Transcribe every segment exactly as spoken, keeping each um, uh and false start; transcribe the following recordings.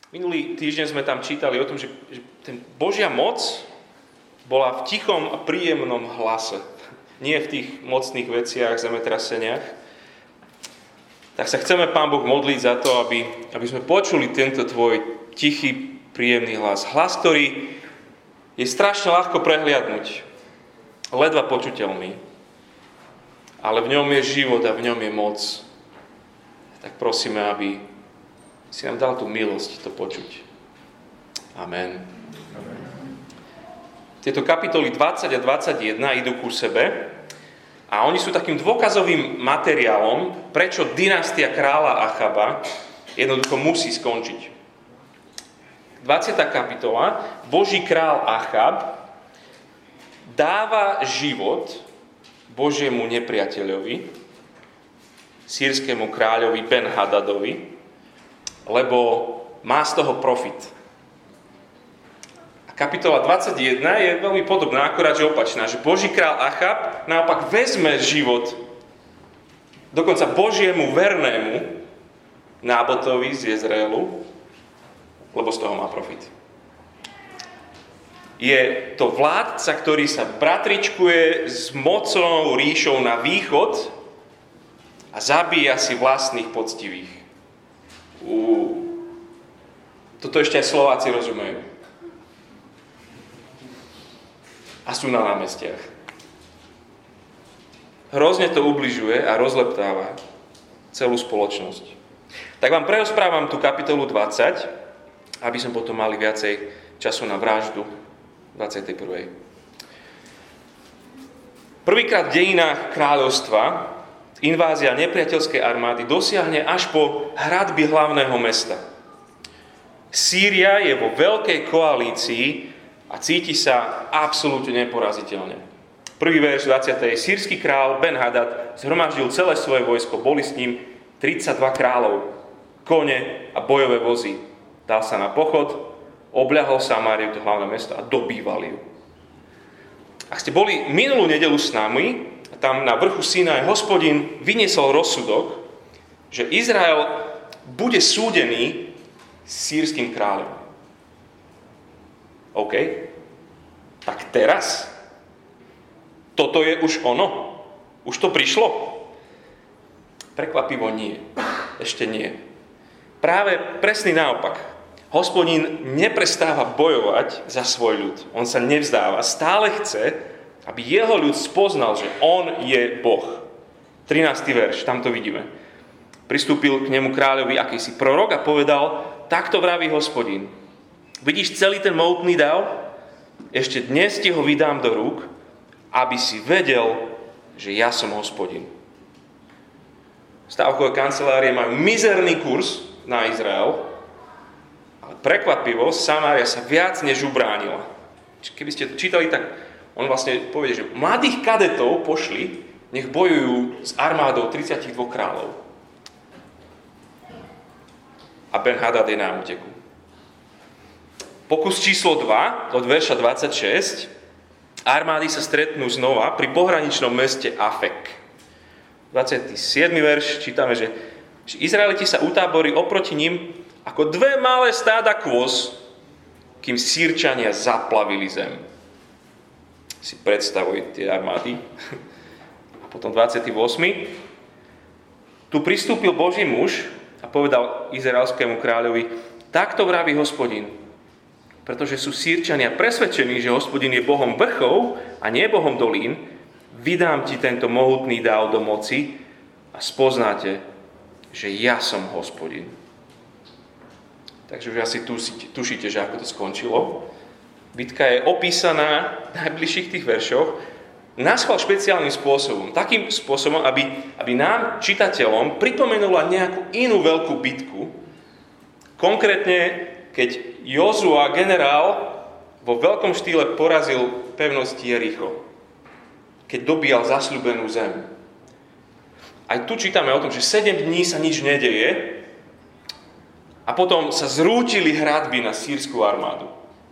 Minulý týždeň sme tam čítali o tom, že, že ten Božia moc bola v tichom a príjemnom hlase. Nie v tých mocných veciach, zemetraseniach. Tak sa chceme, Pán Boh, modliť za to, aby, aby sme počuli tento tvoj tichý, príjemný hlas. Hlas, ktorý je strašne ľahko prehliadnúť. Ledva počuteľný. Ale v ňom je život a v ňom je moc. Tak prosíme, aby si nám dal tú milosť to počuť. Amen. Amen. Tieto kapitoly dvadsať a dvadsaťjeden idú ku sebe a oni sú takým dôkazovým materiálom, prečo dynastia kráľa Achaba jednoducho musí skončiť. dvadsiata kapitola. Boží král Achab dáva život Božiemu nepriateľovi, sýrskému kráľovi Ben-Hadadovi, lebo má z toho profit. A kapitola dvadsaťjeden je veľmi podobná, akorát že opačná, že Boží král Achab naopak vezme život dokonca Božiemu vernému Nábotovi z Jezreelu, lebo z toho má profit. Je to vládca, ktorý sa bratričkuje s mocnou ríšou na východ a zabíja si vlastných poctivých. Uú. Toto ešte aj Slováci rozumejú. A sú na námestiach. Hrozne to ubližuje a rozleptáva celú spoločnosť. Tak vám prerozprávam tú kapitolu dvadsať, aby sme potom mali viacej času na vraždu dvadsiatej prvej. Prvýkrát v dejinách kráľovstva invázia nepriateľskej armády dosiahne až po hradby hlavného mesta. Sýria je vo veľkej koalícii a cíti sa absolútne neporaziteľne. Prvý verš dvadsiatej Sýrsky král Ben-Hadad zhromaždil celé svoje vojsko, boli s ním tridsaťdva kráľov, kone a bojové vozy. Dal sa na pochod, obľahol Samáriu, to hlavné mesto, a dobýval ju. Ak ste boli minulú nedeľu s nami, tam na vrchu Sinaj Hospodin vyniesol rozsudok, že Izrael bude súdený sýrskym kráľom. OK? Tak teraz? Toto je už ono? Už to prišlo? Prekvapivo nie. Ešte nie. Práve presný naopak. Hospodin neprestáva bojovať za svoj ľud. On sa nevzdáva. Stále chce, aby jeho ľud spoznal, že on je Boh. trinásty verš, tam to vidíme. Pristúpil k nemu kráľovi akýsi prorok a povedal, takto vraví Hospodin. Vidíš celý ten mohutný dav? Ešte dnes ti ho vydám do rúk, aby si vedel, že ja som Hospodin. Stávkové kancelárie majú mizerný kurz na Izrael, ale prekvapivo Samária sa viac než ubránila. Keby ste čítali, tak on vlastne povie, že mladých kadetov pošli, nech bojujú s armádou tridsaťdva kráľov. A Ben-Hadad je na úteku. Pokus číslo dva, od verša dvadsaťšesť. Armády sa stretnú znova pri pohraničnom meste Afek. dvadsiaty siedmy verš čítame, že, že Izraeliti sa utáborí oproti ním ako dve malé stáda kôz, kým Sýrčania zaplavili zem. Si predstavuj tie armády. A potom dvadsiaty ôsmy Tu pristúpil Boží muž a povedal izraelskému kráľovi, takto vraví Hospodin, pretože sú Sýrčania presvedčení, že Hospodin je Bohom vrchov a nie Bohom dolín, vydám ti tento mohutný dáv do moci a spoznáte, že ja som Hospodin. Takže už asi tušíte, že ako to skončilo. Bitka je opísaná v najbližších tých veršoch naschvál špeciálnym spôsobom. Takým spôsobom, aby, aby nám, čitateľom, pripomenula nejakú inú veľkú bitku. Konkrétne, keď Jozua, generál, vo veľkom štýle porazil pevnosť Jericho. Keď dobíjal zasľúbenú zem. Aj tu čítame o tom, že sedem dní sa nič nedeje a potom sa zrútili hradby na sýrsku armádu.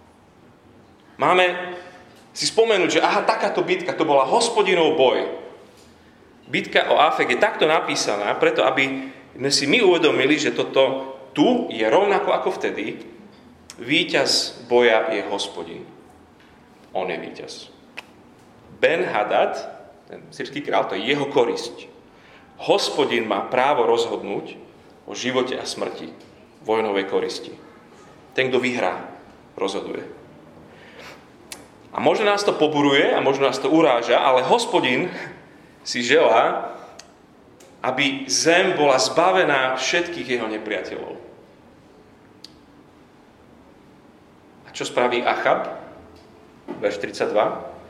Máme si spomenúť, že aha, takáto bitka, to bola Hospodinov boj. Bitka o Afek je takto napísaná, preto aby sme si my uvedomili, že toto tu je rovnako ako vtedy, víťaz boja je Hospodin. On je víťaz. Ben-Hadad, ten sýrsky král, to je jeho korisť. Hospodin má právo rozhodnúť o živote a smrti, vojnovej koristi. Ten, kto vyhrá, rozhoduje. A možno nás to poburuje a možno nás to uráža, ale Hospodin si želá, aby zem bola zbavená všetkých jeho nepriateľov. A čo spraví Achab? Verš tridsaťdva.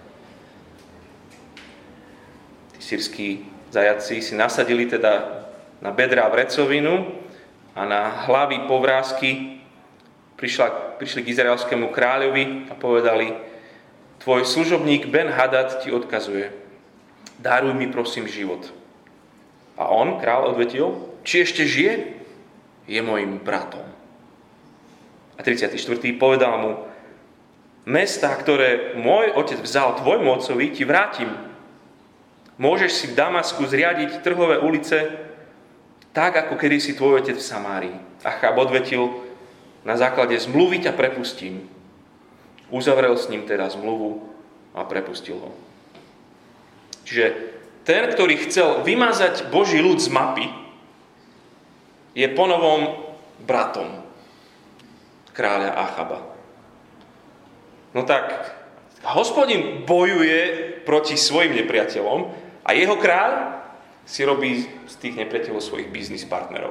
Tí sýrski zajaci si nasadili teda na bedrá vrecovinu a na hlavy povrázky prišla, prišli k izraelskému kráľovi a povedali: tvoj služobník Ben-Hadad ti odkazuje, daruj mi prosím život. A on, kráľ, odvetil: či ešte žije? Je mojim bratom. A tridsiaty štvrtý povedal mu: mestá, ktoré môj otec vzal tvojmu otcovi, ti vrátim. Môžeš si v Damasku zriadiť trhové ulice, tak ako kedysi tvoj otec v Samárii. Achab odvetil: na základe zmluvy ťa prepustím. Uzavrel s ním teda zmluvu a prepustil ho. Čiže ten, ktorý chcel vymazať Boží ľud z mapy, je ponovom bratom kráľa Achaba. No tak, Hospodin bojuje proti svojim nepriateľom a jeho kráľ si robí z tých nepriateľov svojich biznis partnerov.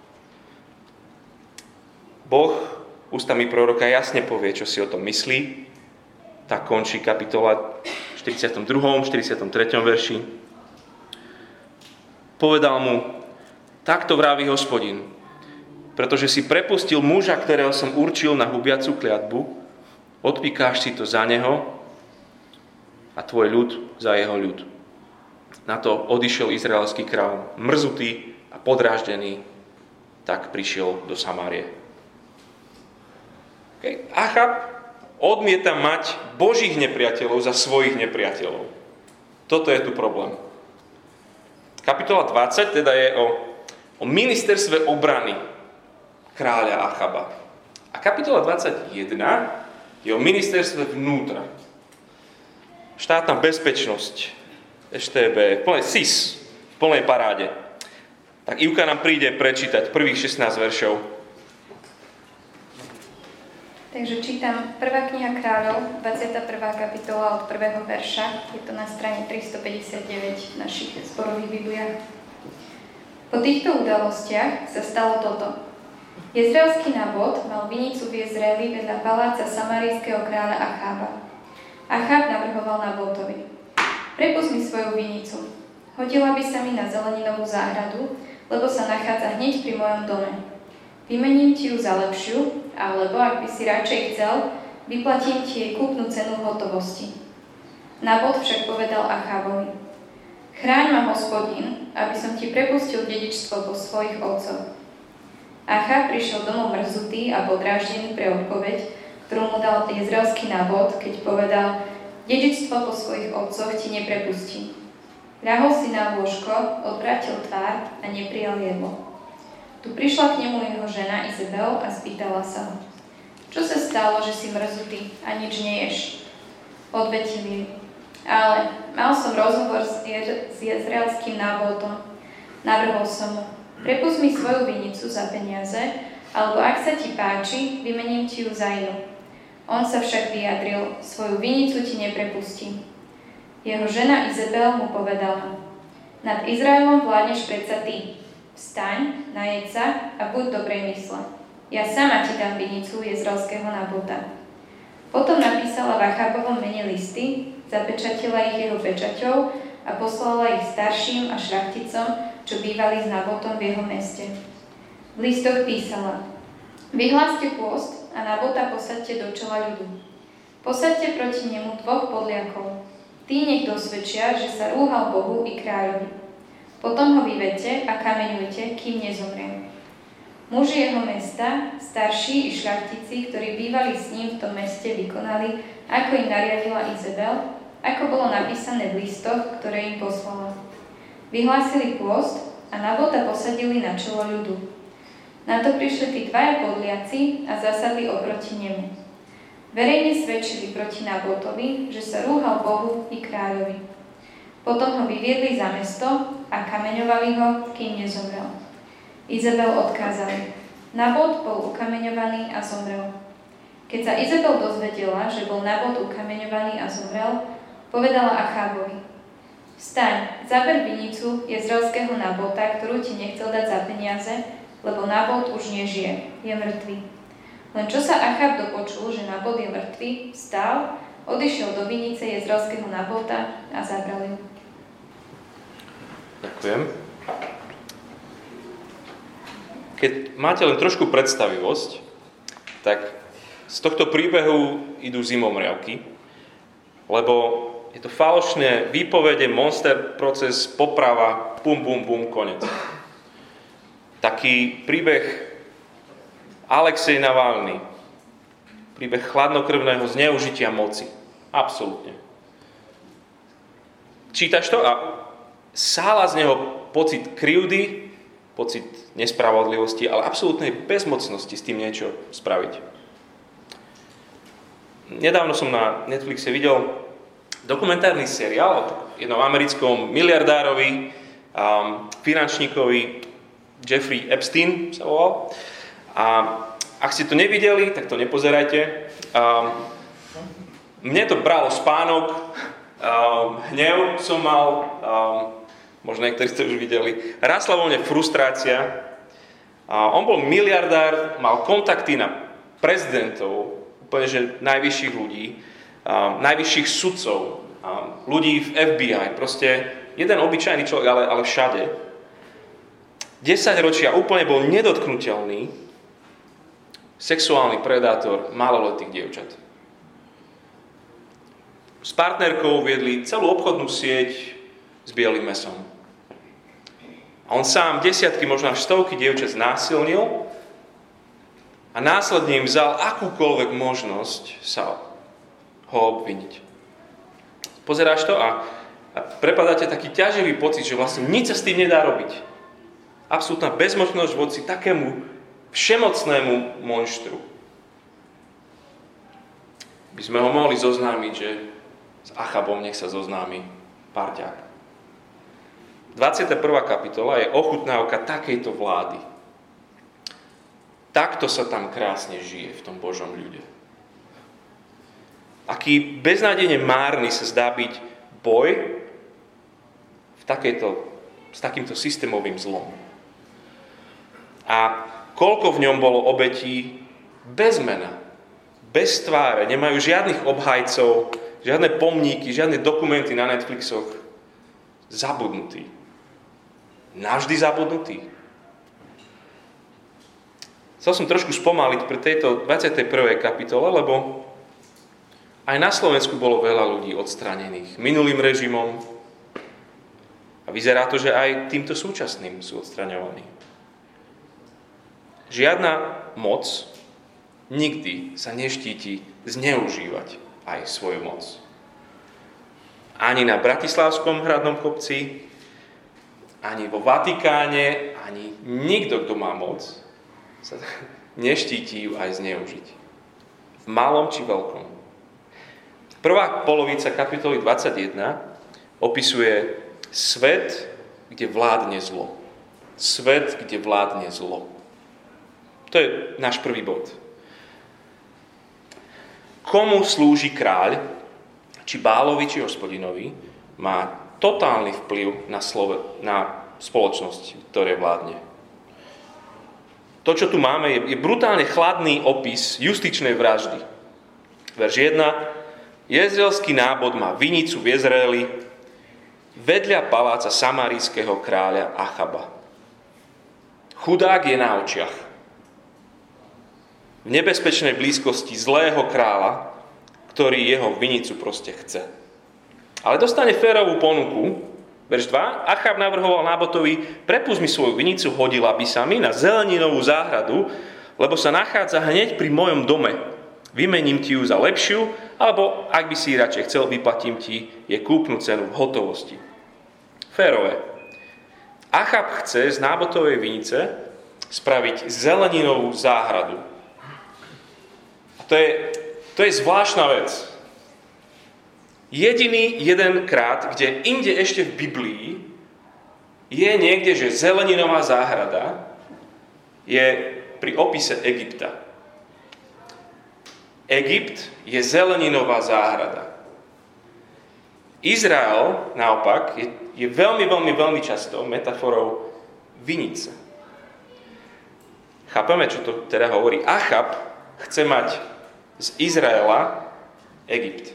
Boh ústami proroka jasne povie, čo si o tom myslí. Tak končí kapitola štyridsiatom druhom, štyridsiatom treťom verši. Povedal mu: takto vraví Hospodin, pretože si prepustil muža, ktorého som určil na hubiacu kliatbu, odpíkáš si to za neho a tvoj ľud za jeho ľud. Na to odišiel izraelský kráľ, mrzutý a podráždený, tak prišiel do Samárie. Okay. Achab odmieta mať Božích nepriateľov za svojich nepriateľov. Toto je tu problém. Kapitola dvadsať teda je o, o ministerstve obrany kráľa Achaba. A kapitola dvadsaťjeden je o ministerstve vnútra. Štátna bezpečnosť, eš té bé, plné es í es, v plnej paráde. Tak Ivka nám príde prečítať prvých šestnásť veršov. Takže čítam prvá kniha Kráľov, dvadsiata prvá kapitola od prvého verša. Je to na strane tristopäťdesiatdeväť v našich zborových bibliách. Po týchto udalostiach sa stalo toto. Jezreelský Nabot mal vinicu v Jezreeli vedľa paláca samarijského kráľa Achába. Achab navrhoval Nabotovi: prepusť mi svoju vinicu. Hodila by sa mi na zeleninovú záhradu, lebo sa nachádza hneď pri mojom dome. Vymením ti ju za lepšiu, alebo ak by si radšej chcel, vyplatím ti jej kúpnu cenu v hotovosti. Nabot však povedal Achabovi: chráň ma Hospodin, aby som ti prepustil dedičstvo po svojich otcoch. Achab prišiel domov mrzutý a podráždený pre odpoveď, ktorú mu dal jezreelský Nabot, keď povedal: dedičstvo po svojich otcoch ti neprepustím. Ľahol si na lôžko, odvrátil tvár a neprijal jedlo. Tu prišla k nemu jeho žena Izabel a spýtala sa ho: čo sa stalo, že si mrzutý a nič neješ? Odvetil jej: ale mal som rozhovor s, je- s jezreelským Nabotom. Navrhol som mu: prepusť mi svoju vinicu za peniaze, alebo ak sa ti páči, vymením ti ju za inú. On sa však vyjadril: svoju vinicu ti neprepustím. Jeho žena Izabel mu povedala: nad Izraelom vládneš predsa ty. Vstaň, najeď sa a buď dobrej mysle. Ja sama ti dám vinicu jezreelského Nabota. Potom napísala v Achabovom mene listy, zapečatila ich jeho pečaťou a poslala ich starším a šľachticom, čo bývali s Nabotom v jeho meste. V listoch písala: vyhláste pôst a Nabota posaďte do čela ľudu. Posaďte proti nemu dvoch podliakov. Tí nech dosvedčia, že sa rúhal Bohu i kráľovi. Potom ho vyvedte a kameňujte, kým nezomrie. Muži jeho mesta, starší i šľachtici, ktorí bývali s ním v tom meste, vykonali, ako im nariadila Izabel, ako bolo napísané v listoch, ktoré im poslala. Vyhlásili pôst a Nabota posadili na čelo ľudu. Na to prišli tí dvaja podliaci a zasadli oproti nemu. Verejne svedčili proti Nabotovi, že sa rúhal Bohu i kráľovi. Potom ho vyviedli za mesto a kameňovali ho, kým nezomrel. Izabel odkázali. Nabot bol ukameňovaný a zomrel. Keď sa Izabel dozvedela, že bol Nabot ukameňovaný a zomrel, povedala Achábovi: Vstaň, zaber vinicu jezreelského Nabota, ktorú ti nechcel dať za peniaze, lebo Nabot už nežije, je mŕtvý. Len čo sa Achab dopočul, že Nabot je mŕtvý, vstal, odišiel do vinice jezreelského Nabota a zabral ju. Ďakujem. Keď máte len trošku predstavivosť, tak z tohto príbehu idú zimomriavky, lebo je to falošné výpovede, monster, proces, poprava, bum, bum, bum, konec. Taký príbeh Alexej Navalny, príbeh chladnokrvného zneužitia moci. Absolútne. Čítaš to a sála z neho pocit krivdy, pocit nespravodlivosti, ale absolútnej bezmocnosti s tým niečo spraviť. Nedávno som na Netflixe videl dokumentárny seriál o jednom americkom miliardárovi, um, finančníkovi, Jeffrey Epstein sa volal. A ak ste to nevideli, tak to nepozerajte. Um, mne to bralo spánok, um, hnev som mal, um, možno niektorí ste už videli, rásla vo mne frustrácia. Uh, on bol miliardár, mal kontakty na prezidentov, úplne že najvyšších ľudí, um, najvyšších sudcov, um, ľudí v ef bí aj, proste jeden obyčajný človek, ale, ale všade. desaťročia úplne bol nedotknuteľný sexuálny predátor maloletých dievčat. S partnerkou viedli celú obchodnú sieť s bielým mesom. A on sám desiatky, možno až stovky dievčat znásilnil a následne im vzal akúkoľvek možnosť sa ho obviniť. Pozeráš to a, a prepadáte taký ťaživý pocit, že vlastne nič sa s tým nedá robiť. Absolútna bezmocnosť voči takému všemocnému monštru. By sme ho mohli zoznámiť, že s Achabom nech sa zoznámi parťák. dvadsiata prvá kapitola je ochutnávka takejto vlády. Takto sa tam krásne žije v tom Božom ľude. Aký beznádejne márny sa zdá byť boj v takejto, s takýmto systémovým zlom. A koľko v ňom bolo obetí bez mena, bez tváre, nemajú žiadnych obhajcov, žiadne pomníky, žiadne dokumenty na Netflixoch, zabudnutí. Navždy zabudnutí. Chcel som trošku spomaliť pri tejto dvadsiatej prvej kapitole, lebo aj na Slovensku bolo veľa ľudí odstranených minulým režimom a vyzerá to, že aj týmto súčasným sú odstraňovaní. Žiadna moc nikdy sa neštíti zneužívať aj svoju moc. Ani na Bratislavskom hradnom kopci, ani vo Vatikáne, ani nikto, kto má moc, sa neštíti ju aj zneužiť. V malom či veľkom. Prvá polovica kapitoly dvadsaťjeden opisuje svet, kde vládne zlo. Svet, kde vládne zlo. To je náš prvý bod. Komu slúži kráľ, či Bálovi, či Hospodinovi, má totálny vplyv na, slove, na spoločnosť, ktoré vládne. To, čo tu máme, je, je brutálne chladný opis justičnej vraždy. Verš jeden. Jezreelský nábod má vinicu v Jezreeli vedľa paláca samarijského kráľa Achaba. Chudák je na očiach. V nebezpečnej blízkosti zlého kráľa, ktorý jeho vinicu proste chce. Ale dostane férovú ponuku. Verš dva. Achab navrhoval Nábotovi: prepusť mi svoju vinicu, hodila by sa mi na zeleninovú záhradu, lebo sa nachádza hneď pri mojom dome. Vymením ti ju za lepšiu, alebo ak by si radšej chcel, vyplatím ti je kúpnu cenu v hotovosti. Férové. Achab chce z Nábotovej vinice spraviť zeleninovú záhradu. A to je, to je zvláštna vec. Jediný jeden krát, kde inde ešte v Biblii je niekde, že zeleninová záhrada je pri opise Egypta. Egypt je zeleninová záhrada. Izrael, naopak, je, je veľmi, veľmi, veľmi často metaforou vinice. Chápeme, čo to teda hovorí? Achab chce mať z Izraela Egypt.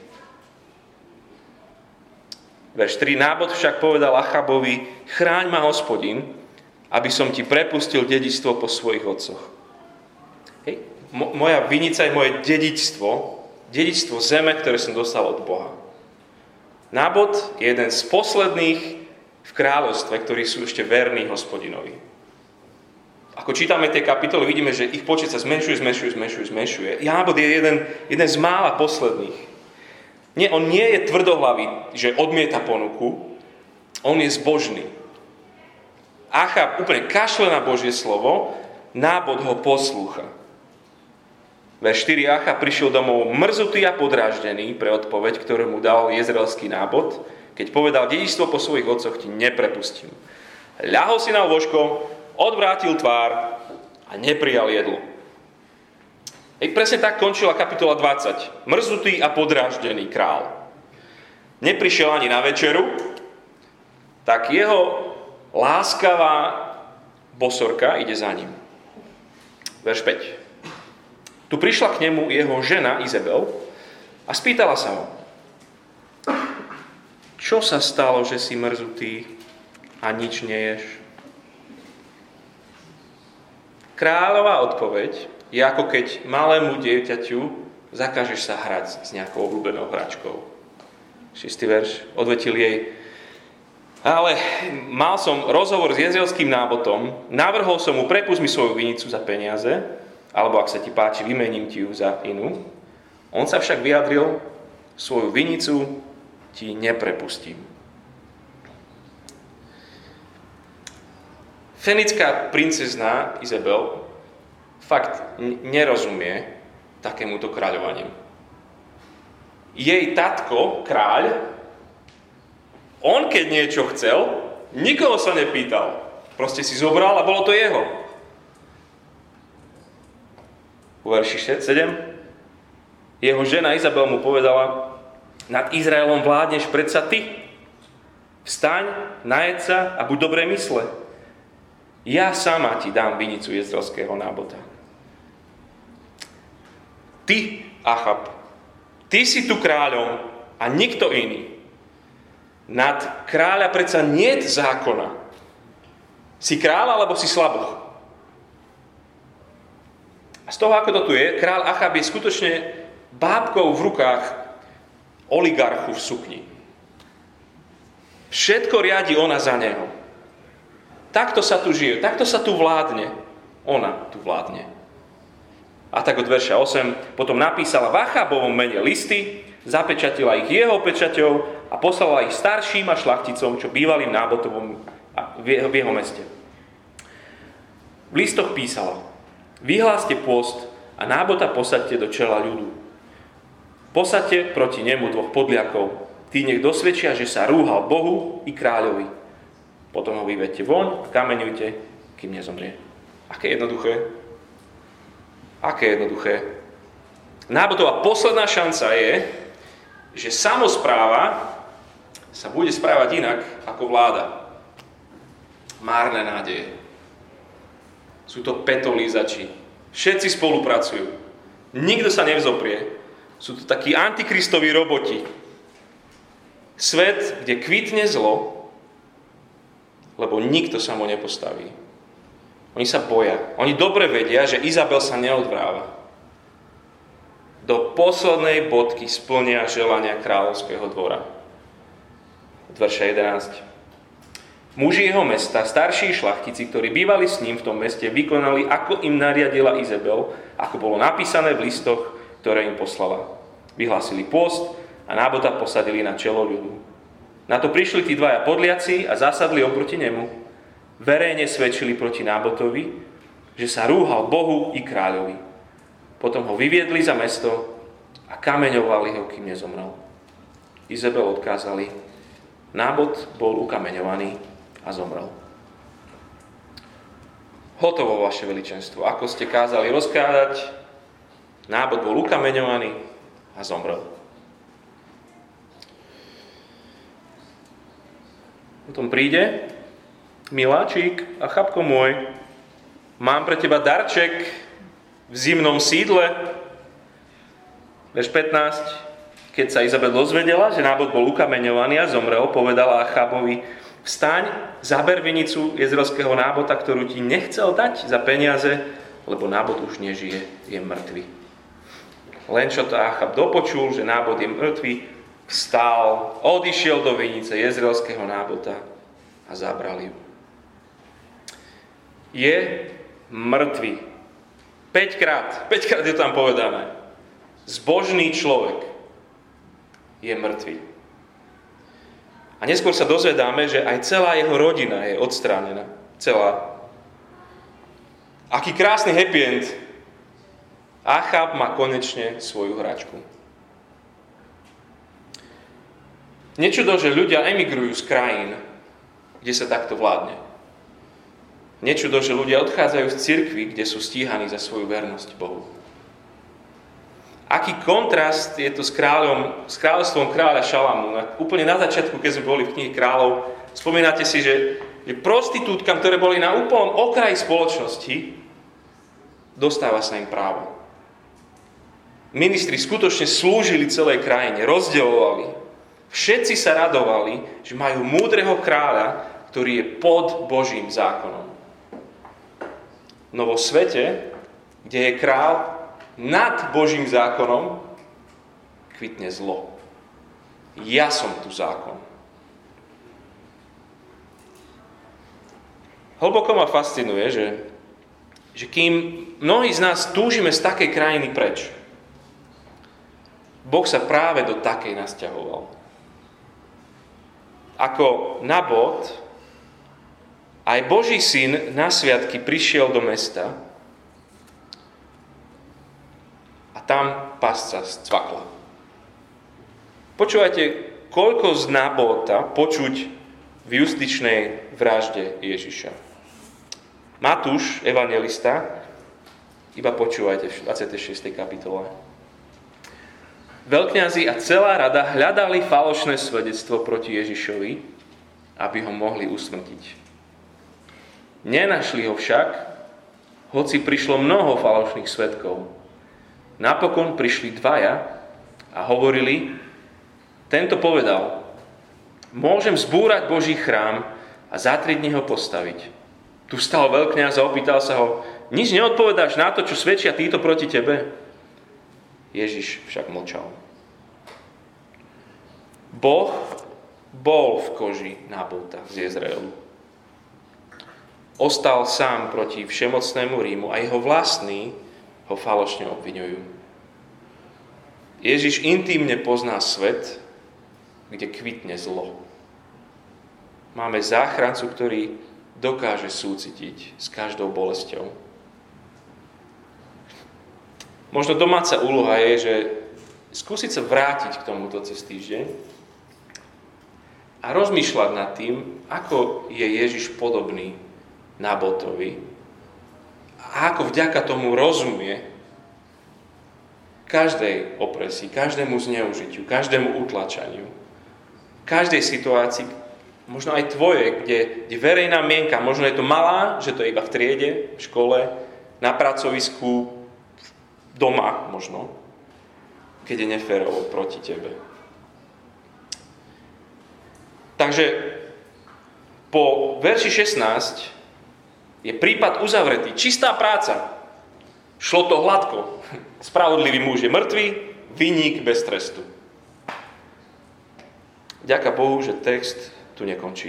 Verš tri. Nábot však povedal Achabovi, chráň ma Hospodin, aby som ti prepustil dedičstvo po svojich otcoch. Hej. Mo- moja vinica je moje dedičstvo, dedičstvo zeme, ktoré som dostal od Boha. Nábot je jeden z posledných v kráľovstve, ktorí sú ešte verní Hospodinovi. Ako čítame tie kapitoly, vidíme, že ich počet sa zmenšuje, zmenšuje, zmenšuje, zmenšuje. Nábot je jeden, jeden z mála posledných. Nie, on nie je tvrdohlavý, že odmieta ponuku, on je zbožný. Achab úplne kašle na Božie slovo, Nábot ho poslúcha. Verš štyri. Achab prišiel domov mrzutý a podráždený pre odpoveď, ktorú mu dal jezreelský Nábot, keď povedal, dedičstvo po svojich otcoch ti neprepustím. Ľahol si na lôžko, odvrátil tvár a neprijal jedlo. Ej, presne tak končila kapitola dvadsať. Mrzutý a podráždený král. Neprišiel ani na večeru, tak jeho láskavá bosorka ide za ním. Verš päť. Tu prišla k nemu jeho žena Izabel a spýtala sa ho, čo sa stalo, že si mrzutý a nič neješ? Kráľová odpoveď je ako keď malému dieťaťu zakážeš sa hrať s nejakou obľúbenou hračkou. Šiestý verš. Odvetil jej, ale mal som rozhovor s jezreelským Nábotom, navrhol som mu, prepusť mi svoju vinicu za peniaze, alebo ak sa ti páči, vymením ti ju za inú. On sa však vyjadril, svoju vinicu ti neprepustím. Fenická princezná Izabel fakt n- nerozumie takémuto kráľovaniu. Jej tatko, kráľ, on keď niečo chcel, nikoho sa nepýtal. Proste si zobral a bolo to jeho. U verši sedem. Jeho žena Izabel mu povedala, nad Izraelom vládneš predsa ty. Vstaň, najed sa a buď dobré mysle. Ja sama ti dám vinicu jezreelského Nábota. Ty, Achab, ty si tu kráľom a nikto iný. Nad kráľa predsa niet zákona. Si kráľ alebo si slaboch? A z toho, ako to tu je, kráľ Achab je skutočne bábkou v rukách oligarchu v sukni. Všetko riadi ona za neho. Takto sa tu žije, takto sa tu vládne. Ona tu vládne. A tak od verša osem. Potom napísala v Achabovom mene listy, zapečatila ich jeho pečaťou a poslala ich starším a šlachticom, čo bývali v Nábotovom v jeho, v jeho meste. V listoch písala, vyhláste pôst a Nábota posaďte do čela ľudu. Posaďte proti nemu dvoch podliakov. Tí nech dosvedčia, že sa rúhal Bohu i kráľovi. Potom ho vyvedte voň a kameňujte, kým nezomrie. Aké jednoduché. Aké jednoduché. Nábotová posledná šanca je, že samospráva sa bude správať inak ako vláda. Márne nádeje. Sú to petolízači. Všetci spolupracujú. Nikto sa nevzoprie. Sú to takí antikristoví roboti. Svet, kde kvitne zlo, lebo nikto sa mu nepostaví. Oni sa boja. Oni dobre vedia, že Izabel sa neodvráva. Do poslednej bodky splnia želania kráľovského dvora. Od verša jedenásť. Muži jeho mesta, starší šlachtici, ktorí bývali s ním v tom meste, vykonali, ako im nariadila Izabel, ako bolo napísané v listoch, ktoré im poslala. Vyhlásili pôst a Nábota posadili na čelo ľudu. Na to prišli tí dvaja podliaci a zasadli oproti nemu. Verejne svedčili proti Nábotovi že sa rúhal Bohu i kráľovi. Potom ho vyviedli za mesto a kameňovali ho, kým nezomrel. Izabel odkázali, Nábot bol ukameňovaný a zomrel. Hotovo, vaše veličenstvo. Ako ste kázali rozkázať, Nábot bol ukameňovaný a zomrel. Potom príde miláčik a chabko môj, mám pre teba darček v zimnom sídle. Verš pätnásť. Keď sa Izabel dozvedela, že Nábot bol ukameňovaný a zomrel, povedala Achabovi, vstaň, zaber vinicu jezreelského Nábota, ktorú ti nechcel dať za peniaze, lebo Nábot už nežije, je mŕtvy. Len čo to Achab dopočul, že Nábot je mŕtvy, vstal, odišiel do vinice jezreelského Nábota a zabral ju. Je mŕtvy. Päťkrát, päťkrát je tam povedané. Zbožný človek je mŕtvy. A neskôr sa dozvedáme, že aj celá jeho rodina je odstránená. Celá. Aký krásny happy end. Achab má konečne svoju hračku. Nečudo, že ľudia emigrujú z krajín, kde sa takto vládne. Nečudo, že ľudia odchádzajú z cirkvi, kde sú stíhaní za svoju vernosť Bohu. Aký kontrast je to s kráľom, s kráľovstvom kráľa Šalamúna. Úplne na začiatku, keď sme boli v knihe Kráľov, spomínate si, že, že prostitútkam, ktoré boli na úplnom okraji spoločnosti, dostáva sa im právo. Ministri skutočne slúžili celej krajine, rozdeľovali. Všetci sa radovali, že majú múdreho kráľa, ktorý je pod Božím zákonom. No vo svete, kde je kráľ nad Božím zákonom, kvitne zlo. Ja som tu zákon. Hlboko ma fascinuje, že, že kým mnohí z nás túžime z takej krajiny preč, Boh sa práve do takej nasťahoval. Ako Nábot, aj Boží syn na sviatky prišiel do mesta a tam pasca scvakla. Počúvajte, koľko z Nábota počuť v justičnej vražde Ježiša. Matúš, evanjelista, iba počúvajte v dvadsiatej šiestej kapitole. Veľkňazi a celá rada hľadali falošné svedectvo proti Ježišovi, aby ho mohli usmrtiť. Nenašli ho však, hoci prišlo mnoho falošných svedkov. Napokon prišli dvaja a hovorili, tento povedal, môžem zbúrať Boží chrám a za tri dni ho postaviť. Tu stal veľkňaz a opýtal sa ho, nič neodpovedáš na to, čo svedčia títo proti tebe? Ježiš však mlčal. Boh bol v koži Nábota z Jezreelu. Ostal sám proti všemocnému Rímu a jeho vlastní ho falošne obviňujú. Ježiš intímne pozná svet, kde kvitne zlo. Máme záchrancu, ktorý dokáže súcitiť s každou bolesťou. Možno domáca úloha je, že skúsiť sa vrátiť k tomuto cez týždeň a rozmýšľať nad tým, ako je Ježiš podobný Nábotovi a ako vďaka tomu rozumie každej opresii, každému zneužitiu, každému utlačaniu, každej situácii, možno aj tvoje, kde, kde verejná mienka, možno je to malá, že to je iba v triede, v škole, na pracovisku, doma možno, keď je neférovo proti tebe. Takže po verši šestnásť je prípad uzavretý. Čistá práca. Šlo to hladko. Spravodlivý muž je mŕtvý, vinník bez trestu. Ďaká Bohu, že text tu nekončí.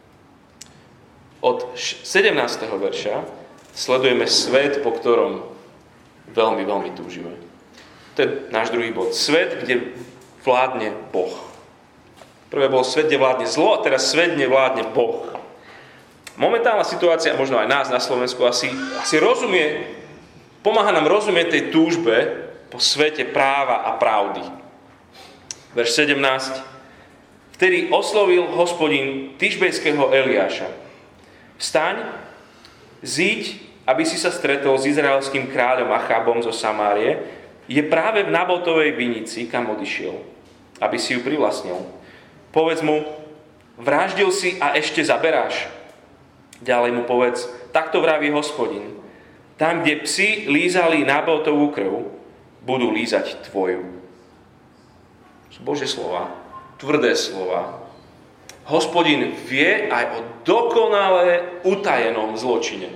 Od sedemnásteho verša sledujeme svet, po ktorom veľmi, veľmi túžime. To je náš druhý bod. Svet, kde vládne Boh. Prvé bol svet, kde vládne zlo, a teraz svet, kde vládne Boh. momentálna situácia, možno aj nás na Slovensku, asi, asi rozumie, pomáha nám rozumieť tej túžbe po svete práva a pravdy. Verš sedemnásť. Vtedy oslovil Hospodin Tišbejského Eliáša. Vstaň, zíď, aby si sa stretol s izraelským kráľom Achabom zo Samárie, je práve v Nabotovej vinici, kam odišiel, aby si ju privlastnil. Povedz mu, vraždil si a ešte zaberáš. Ďalej mu povedz, takto vraví Hospodin. Tam, kde psi lízali Nabotovú krv, budú lízať tvoju. Sú Božie slova, tvrdé slova. Hospodin vie aj o dokonale utajenom zločine.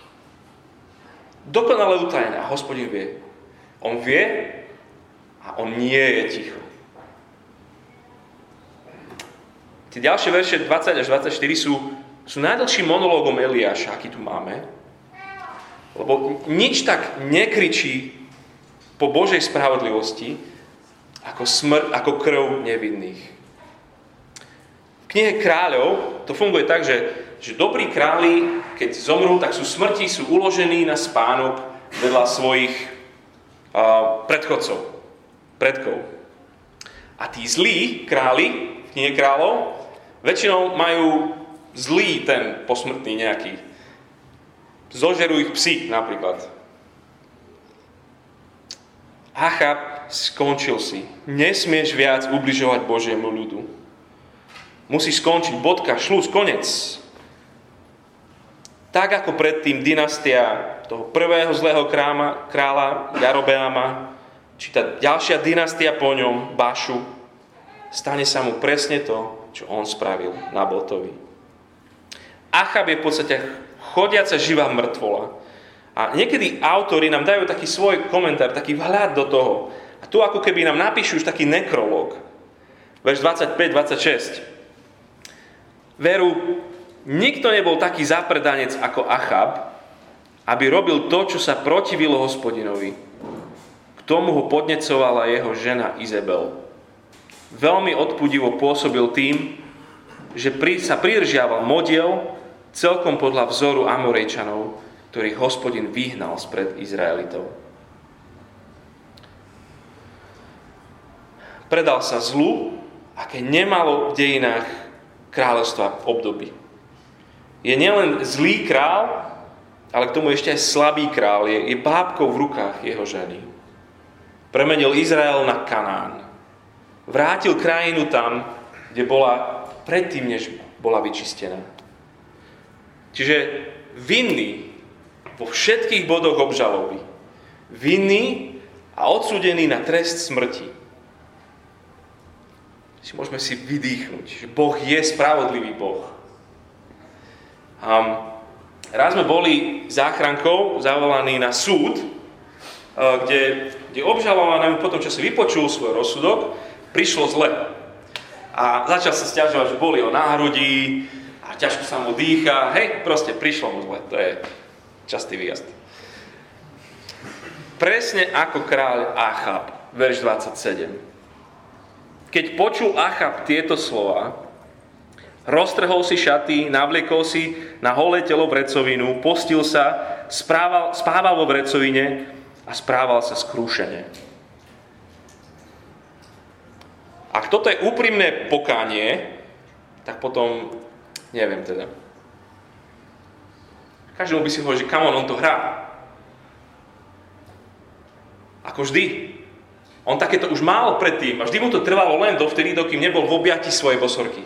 Dokonale utajené. A Hospodin vie. On vie a on nie je ticho. Tie ďalšie verše dvadsať až dvadsaťštyri sú, sú najdlhším monológom Eliáša, aký tu máme. Lebo nič tak nekričí po Božej spravodlivosti ako smrť, ako krv nevinných. V knihe Kráľov to funguje tak, že, že dobrí králi, keď zomrú, tak sú smrti, sú uložení na spánok vedľa svojich uh, predchodcov, predkov. A tí zlí králi v knihe Kráľov väčšinou majú zlý ten posmrtný nejaký. Zožerú ich psi napríklad. Achab, skončil si. Nesmieš viac ubližovať Božiemu ľudu. Musíš skončiť, bodka, šluz, konec. Tak ako predtým dynastia toho prvého zlého kráma, kráľa Jarobeama, či tá ďalšia dynastia po ňom, Bašu, stane sa mu presne to, čo on spravil Nabotovi. Achab je v podstate chodiaca živá mŕtvola. A niekedy autori nám dajú taký svoj komentár, taký vhľad do toho. A tu ako keby nám napíšu už taký nekrológ. Verš dvadsaťpäť dvadsaťšesť. Veru, nikto nebol taký zapredanec ako Achab, aby robil to, čo sa protivilo Hospodinovi. K tomu ho podnecovala jeho žena Izabel. Veľmi odpudivo pôsobil tým, že sa pridržiaval modiel celkom podľa vzoru Amorejčanov, ktorých Hospodin vyhnal spred Izraelitov. Predal sa zlu, aké nemalo v dejinách kráľovstva období. Je nielen zlý král, ale k tomu ešte aj slabý král. Je, je bábkou v rukách jeho ženy. Premenil Izrael na Kanán. Vrátil krajinu tam, kde bola predtým, než bola vyčistená. Čiže vinný vo všetkých bodoch obžaloby. Vinný a odsúdený na trest smrti. Si môžeme si vydýchnuť, že Boh je spravodlivý Boh. Um, raz sme boli záchrankou zavolaní na súd, kde, kde obžalovanému potom, čo si vypočul svoj rozsudok, prišlo zle. A začal sa sťažovať, že boli ho na hrudi a ťažko sa mu dýcha. Hej, proste prišlo mu zle. To je častý výjazd. Presne ako kráľ Achab, verš dvadsaťsedem. Keď počul Achab tieto slova, roztrhol si šaty, navliekol si na holé telo vrecovinu, postil sa, správal, spával vo vrecovine a správal sa skrúšene. Ak toto je úprimné pokánie, tak potom neviem teda. Každému by si hovoril, že come on, on to hrá. Ako vždy. On takéto už mal predtým a vždy mu to trvalo len dovtedy, dokým nebol v objati svojej bosorky.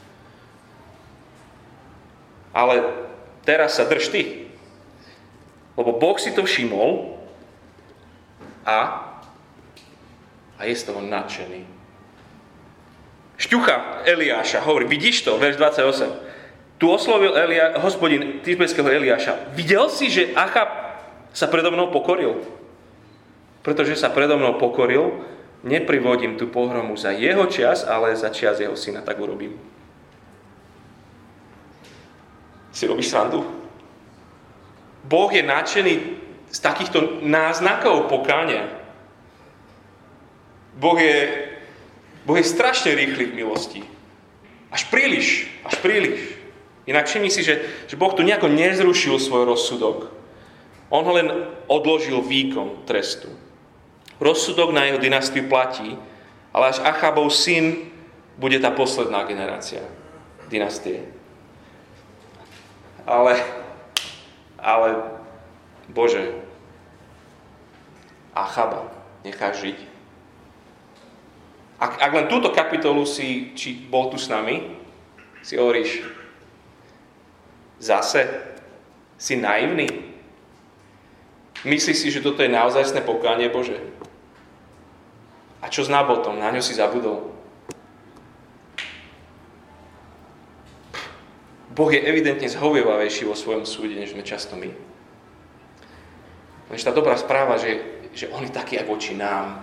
Ale teraz sa drž ty. Lebo Boh si to všimol a, a je z toho nadšený. Šťucha Eliáša hovorí, vidíš to, verš dvadsaťosem. Tu oslovil Elia, Hospodin Tišbejského Eliáša. Videl si, že Achab sa predo mnou pokoril? Pretože sa predo mnou pokoril, neprivodím tú pohromu za jeho čas, ale za čas jeho syna, tak urobím. Si robíš srandu? Boh je nadšený z takýchto náznakov pokánia. Boh je, boh je strašne rýchly v milosti. Až príliš, až príliš. Inak všimni si, že, že Boh tu nejako nezrušil svoj rozsudok. On ho len odložil výkon trestu. Rozsudok na jeho dynastiu platí, ale až Achabov syn bude tá posledná generácia dynastie. Ale, ale, Bože, Achaba necháš žiť. Ak, ak len túto kapitolu si, či bol tu s nami, si hovoríš, zase si naivný. Myslíš si, že toto je naozajstné pokánie, Bože? A čo s Nabotom? Na ňo si zabudol? Boh je evidentne zhovievavejší vo svojom súde, než sme často my. Lenže tá dobrá správa, že, že on je taký aj voči nám.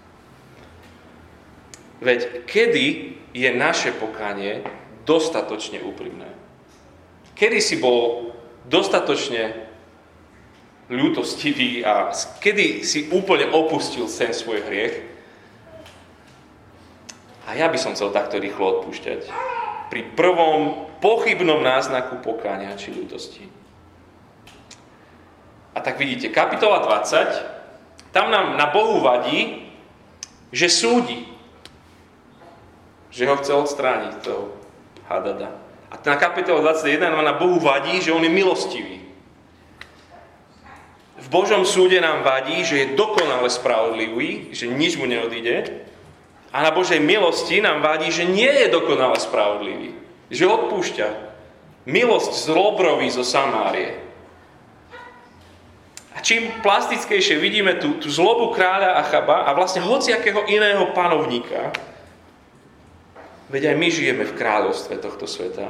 Veď kedy je naše pokánie dostatočne úprimné? Kedy si bol dostatočne ľútostivý a kedy si úplne opustil sen svoj hriech? A ja by som chcel takto rýchlo odpúšťať. Pri prvom pochybnom náznaku pokánia či ľútosti. A tak vidíte, kapitola dvadsať, tam nám na Bohu vadí, že súdi. Že ho chce odstrániť, toho Hadada. A na kapitole dvadsaťjeden nám na Bohu vadí, že on je milostivý. V Božom súde nám vadí, že je dokonale spravodlivý, že nič mu neodíde. A na Božej milosti nám vadí, že nie je dokonale spravodlivý. Že odpúšťa. Milosť zlobroví zo Samárie. A čím plastickejšie vidíme tú, tú zlobu kráľa Achaba a vlastne hociakého iného panovníka, veď aj my žijeme v kráľovstve tohto sveta,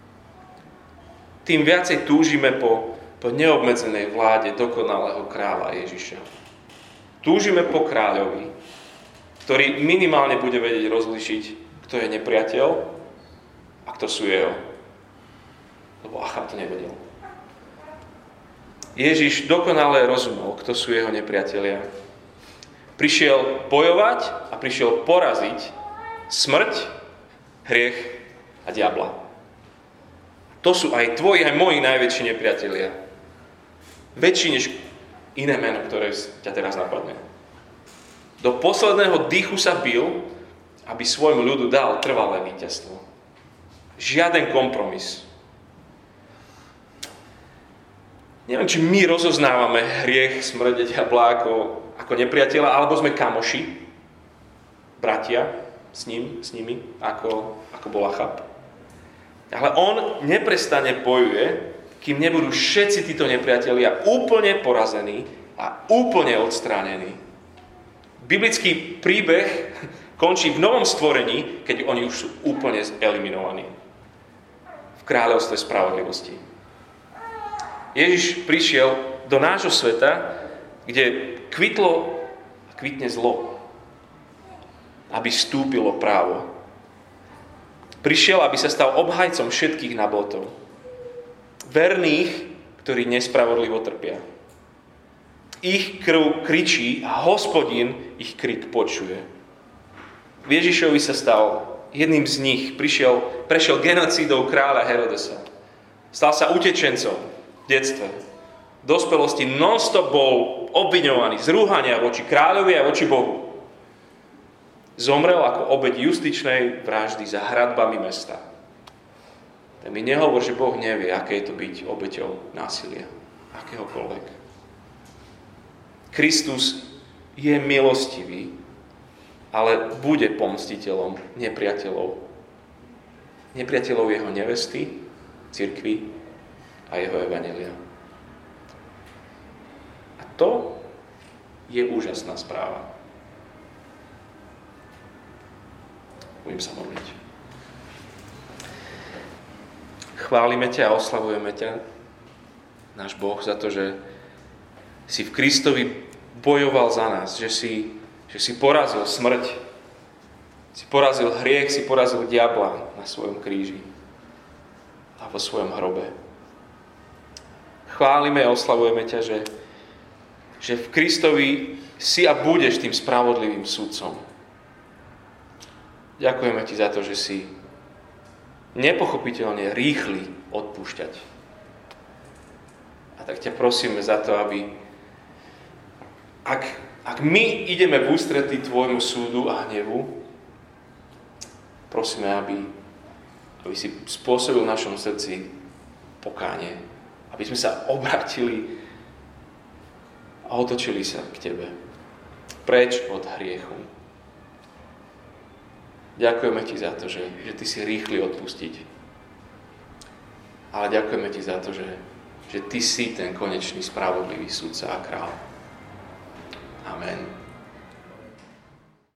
tým viacej túžime po, po neobmedzenej vláde dokonalého kráľa Ježiša. Túžime po kráľovi, ktorý minimálne bude vedieť rozlišiť, kto je nepriateľ a kto sú jeho. Lebo Achab to nevedel. Ježiš dokonale rozumel, kto sú jeho nepriatelia. Prišiel bojovať a prišiel poraziť smrť, hriech a diabla. To sú aj tvoji, aj moji najväčší nepriatelia. Väčší než iné meno, ktoré ťa teraz napadne. Do posledného dýchu sa bil, aby svojmu ľudu dal trvalé víťazstvo. Žiaden kompromis. Neviem, či my rozoznávame hriech, smrť, diabla ako, ako nepriateľa, alebo sme kamoši, bratia s ním, s nimi, ako, ako bol Achab. Ale on neprestane bojuje, kým nebudú všetci títo nepriatelia úplne porazení a úplne odstránení. Biblický príbeh končí v novom stvorení, keď oni už sú úplne eliminovaní. V kráľovstve spravodlivosti. Ježiš prišiel do nášho sveta, kde kvitlo a kvitne zlo, aby vstúpilo právo. Prišiel, aby sa stal obhajcom všetkých nabotov. Verných, ktorí nespravodlivo trpia. Ich krv kričí a Hospodin ich krik počuje. V Ježišovi sa stal jedným z nich. Prišiel, prešiel genocídou kráľa Herodesa. Stal sa utečencom v detstve. V dospelosti non-stop bol obviňovaný z rúhania voči kráľovi a voči Bohu. Zomrel ako obeť justičnej vraždy za hradbami mesta. Tak mi nehovor, že Boh nevie, aké je to byť obeťou násilia. Akéhokoľvek. Kristus je milostivý, ale bude pomstiteľom nepriateľov. Nepriateľov jeho nevesty, cirkvi a jeho evanjelia. A to je úžasná správa. Budem sa modliť. Chválime ťa a oslavujeme ťa, náš Boh, za to, že si v Kristovi bojoval za nás, že si, že si porazil smrť, si porazil hriech, si porazil diabla na svojom kríži a vo svojom hrobe. Chválime a oslavujeme ťa, že, že v Kristovi si a budeš tým spravodlivým sudcom. Ďakujeme ti za to, že si nepochopiteľne rýchly odpúšťať. A tak ťa prosíme za to, aby ak, ak my ideme v ústretí tvojmu súdu a hnevu, prosíme, aby, aby si spôsobil v našom srdci pokánie, aby sme sa obrátili a otočili sa k tebe, preč od hriechu. Ďakujeme ti za to, že, že ty si rýchly odpustiť. Ale ďakujeme ti za to, že, že ty si ten konečný spravodlivý sudca a kráľ. Amen.